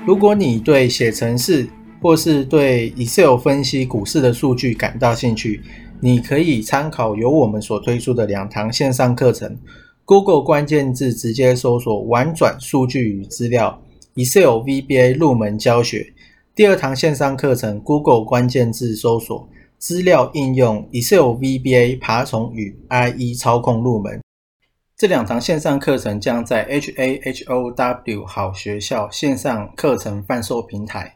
如果你对写程式或是对 Excel 分析股市的数据感到兴趣，你可以参考由我们所推出的2堂线上课程。Google 关键字直接搜索玩转数据与资料 Excel VBA 入门教学。第2堂线上课程 Google 关键字搜索资料应用 Excel VBA 爬虫与 IE 操控入门。这2堂线上课程将在 HAHOW 好学校线上课程贩售平台。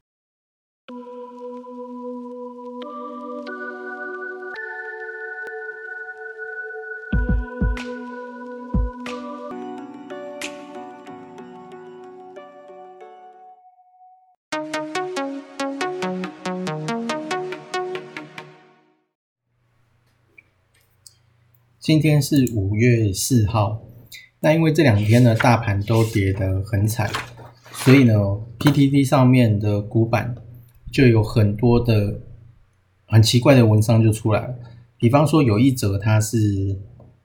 今天是5月4号，那因为这2天呢大盘都跌得很惨，所以呢 PTT 上面的股版就有很多的很奇怪的文章就出来了。比方说有一则他是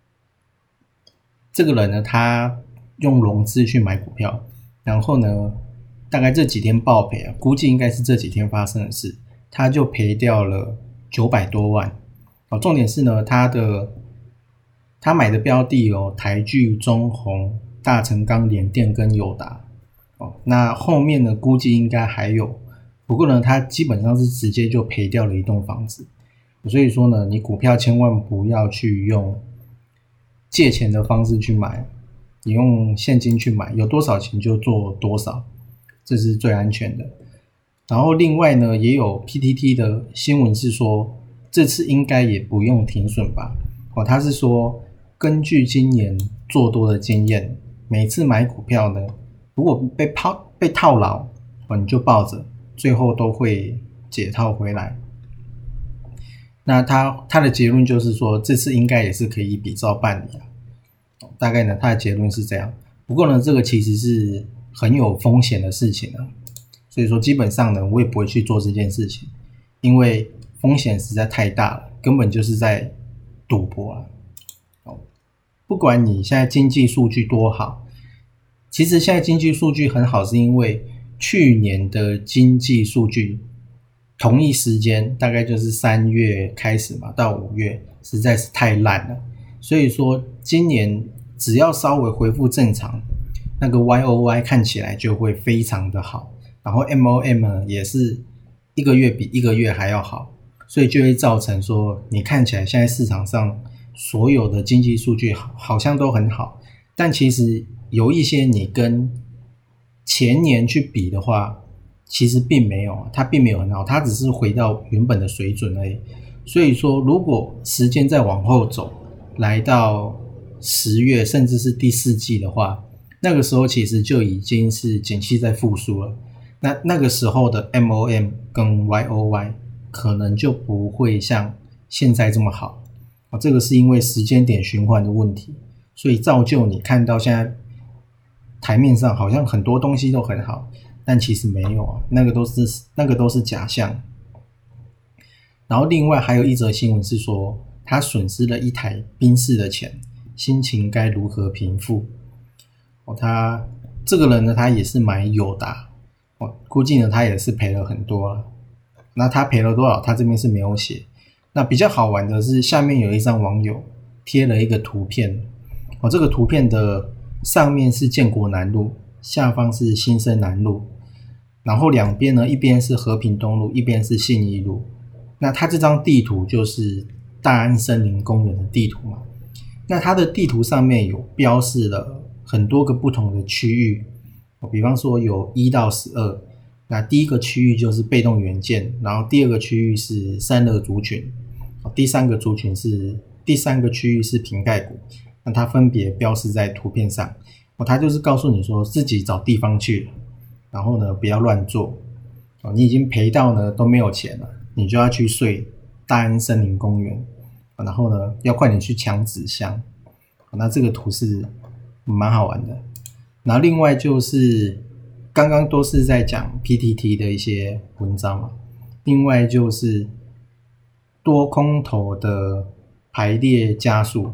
这个人呢，他用融资去买股票，然后呢大概这几天爆赔啊，估计应该是这几天发生的事，他就赔掉了900多万。重点是呢他买的标的有台聚、中鸿、大成钢、联电跟友达。那后面呢估计应该还有，不过呢他基本上是直接就赔掉了一栋房子。所以说呢，你股票千万不要去用借钱的方式去买，你用现金去买，有多少钱就做多少，这是最安全的。然后另外呢，也有 PTT 的新闻是说，这次应该也不用停损吧。他是说根据今年做多的经验，每次买股票呢，如果被套牢，你就抱着，最后都会解套回来。那他的结论就是说，这次应该也是可以比照办理啊。大概呢，他的结论是这样。不过呢，这个其实是很有风险的事情啊，所以说基本上呢，我也不会去做这件事情，因为风险实在太大了，根本就是在赌博啊。不管你现在经济数据多好，其实现在经济数据很好是因为去年的经济数据同一时间大概就是3月开始嘛，到5月实在是太烂了，所以说今年只要稍微恢复正常，那个 YOY 看起来就会非常的好，然后 MOM 呢也是一个月比一个月还要好，所以就会造成说你看起来现在市场上所有的经济数据好像都很好，但其实有一些你跟前年去比的话，其实并没有，它并没有很好，它只是回到原本的水准而已。所以说如果时间再往后走，来到10月甚至是第4季的话，那个时候其实就已经是景气在复苏了，那个时候的 MOM 跟 YOY 可能就不会像现在这么好。这个是因为时间点循环的问题，所以造就你看到现在台面上好像很多东西都很好，但其实没有啊，那个都是假象。然后另外还有一则新闻是说，他损失了1台宾士的钱，心情该如何平复？他这个人呢，他也是买友达，估计呢他也是赔了很多了。那他赔了多少？他这边是没有写。那比较好玩的是，下面有一张网友贴了一个图片，这个图片的上面是建国南路，下方是新生南路，然后两边呢，一边是和平东路，一边是信义路。那它这张地图就是大安森林公园的地图嘛。那它的地图上面有标示了很多个不同的区域，比方说有1到12，那第一个区域就是被动元件，然后第2个区域是散热族群，第3个区域是瓶盖股，那它分别标示在图片上。它就是告诉你说自己找地方去，然后呢不要乱做，你已经赔到呢都没有钱了，你就要去睡大安森林公园，然后呢要快点去抢纸箱。那这个图是蛮好玩的。然后另外就是刚刚都是在讲 PTT 的一些文章嘛，另外就是多空头的排列加速。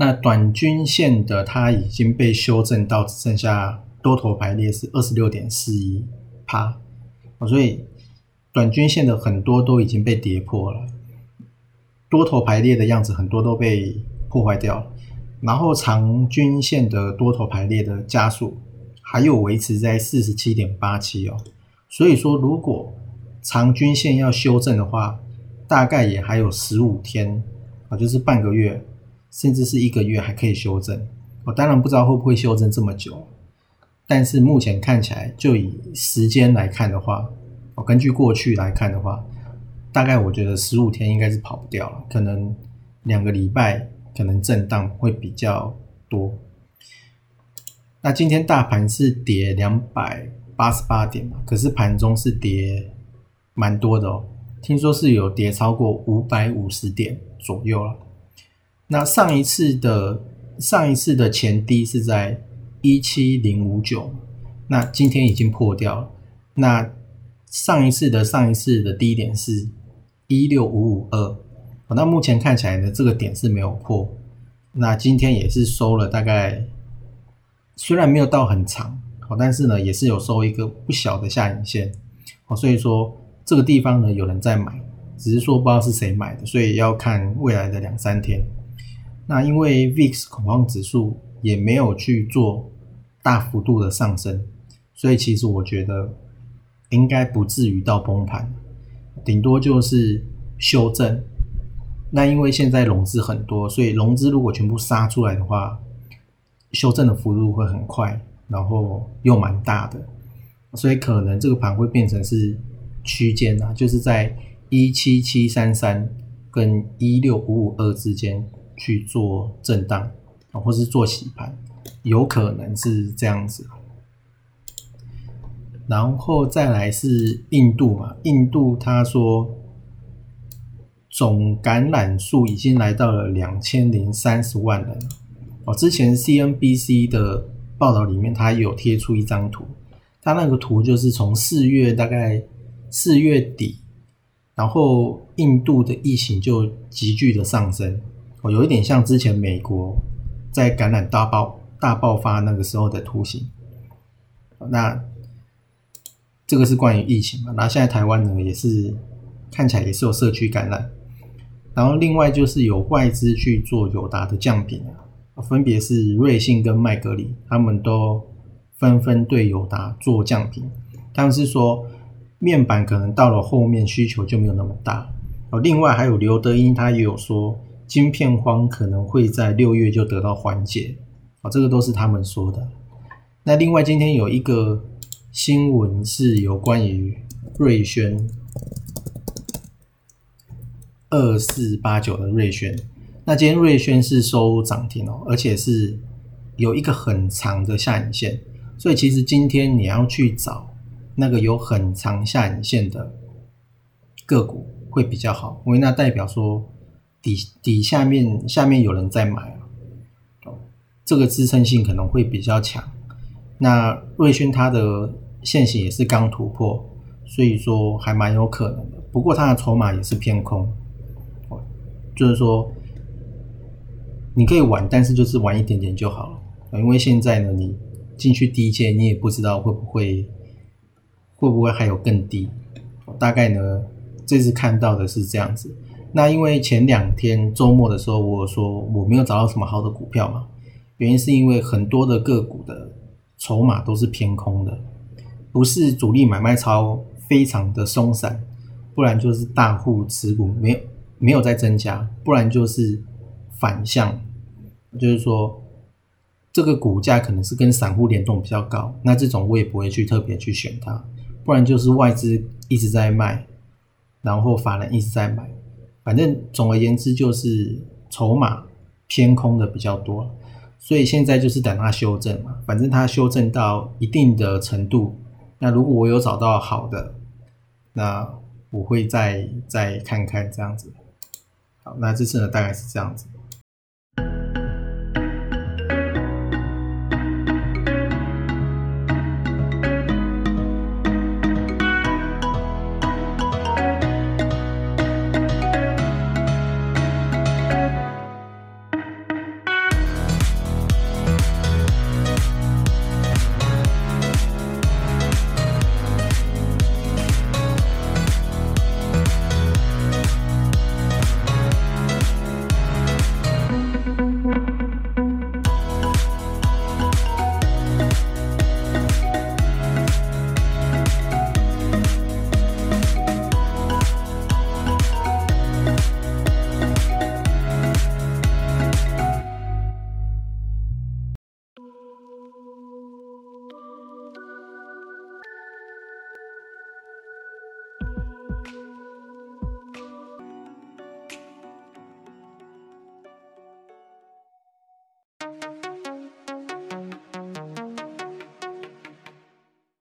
那短均线的它已经被修正到只剩下多头排列是 26.41%，所以短均线的很多都已经被跌破了，多头排列的样子很多都被破坏掉了，然后长均线的多头排列的加速还有维持在 47.87 所以说如果长均线要修正的话，大概也还有15天，就是半个月甚至是1个月还可以修正。我当然不知道会不会修正这么久，但是目前看起来就以时间来看的话，根据过去来看的话，大概我觉得15天应该是跑不掉了，可能2个礼拜可能震荡会比较多。那今天大盘是跌288点嘛，可是盘中是跌蛮多的听说是有跌超过550点左右了。那上一次的前低是在17059，那今天已经破掉了。那上一次的低点是16552，那目前看起来呢，这个点是没有破。那今天也是收了大概，虽然没有到很长，但是呢也是有收一个不小的下影线，所以说这个地方呢有人在买，只是说不知道是谁买的，所以要看未来的2-3天。那因为 VIX 恐慌指数也没有去做大幅度的上升，所以其实我觉得应该不至于到崩盘，顶多就是修正。那因为现在融资很多，所以融资如果全部杀出来的话，修正的幅度会很快，然后又蛮大的，所以可能这个盘会变成是区间就是在17733跟16552之间去做震荡，或是做洗盘，有可能是这样子。然后再来是印度嘛，印度他说总感染数已经来到了2030万人之前 CNBC 的报道里面他有贴出一张图，他那个图就是从大概4月底，然后印度的疫情就急剧的上升，有一点像之前美国在感染大爆发那个时候的图形。那这个是关于疫情嘛，那现在台湾呢也是看起来也是有社区感染，然后另外就是有外资去做友达的降频分别是瑞信跟麦格里，他们都纷纷对友达做降频，他们是说面板可能到了后面需求就没有那么大。另外还有刘德音他也有说晶片荒可能会在6月就得到缓解，这个都是他们说的。那另外今天有一个新闻是有关于瑞轩2489的瑞轩，那今天瑞轩是收涨停而且是有一个很长的下影线，所以其实今天你要去找那个有很长下影线的个股会比较好，因为那代表说底下面有人在买这个支撑性可能会比较强。那瑞轩它的线型也是刚突破，所以说还蛮有可能的，不过它的筹码也是偏空，就是说你可以玩，但是就是玩一点点就好了，因为现在呢你进去低阶你也不知道会不会还有更低，大概呢这次看到的是这样子。那因为前2天周末的时候我有说我没有找到什么好的股票嘛，原因是因为很多的个股的筹码都是偏空的，不是主力买卖超非常的松散，不然就是大户持股没有在增加，不然就是反向，就是说这个股价可能是跟散户联动比较高，那这种我也不会去特别去选它，不然就是外资一直在卖，然后法人一直在买，反正总而言之就是筹码偏空的比较多，所以现在就是等它修正嘛，反正它修正到一定的程度，那如果我有找到好的，那我会再看看这样子。好，那这次呢大概是这样子。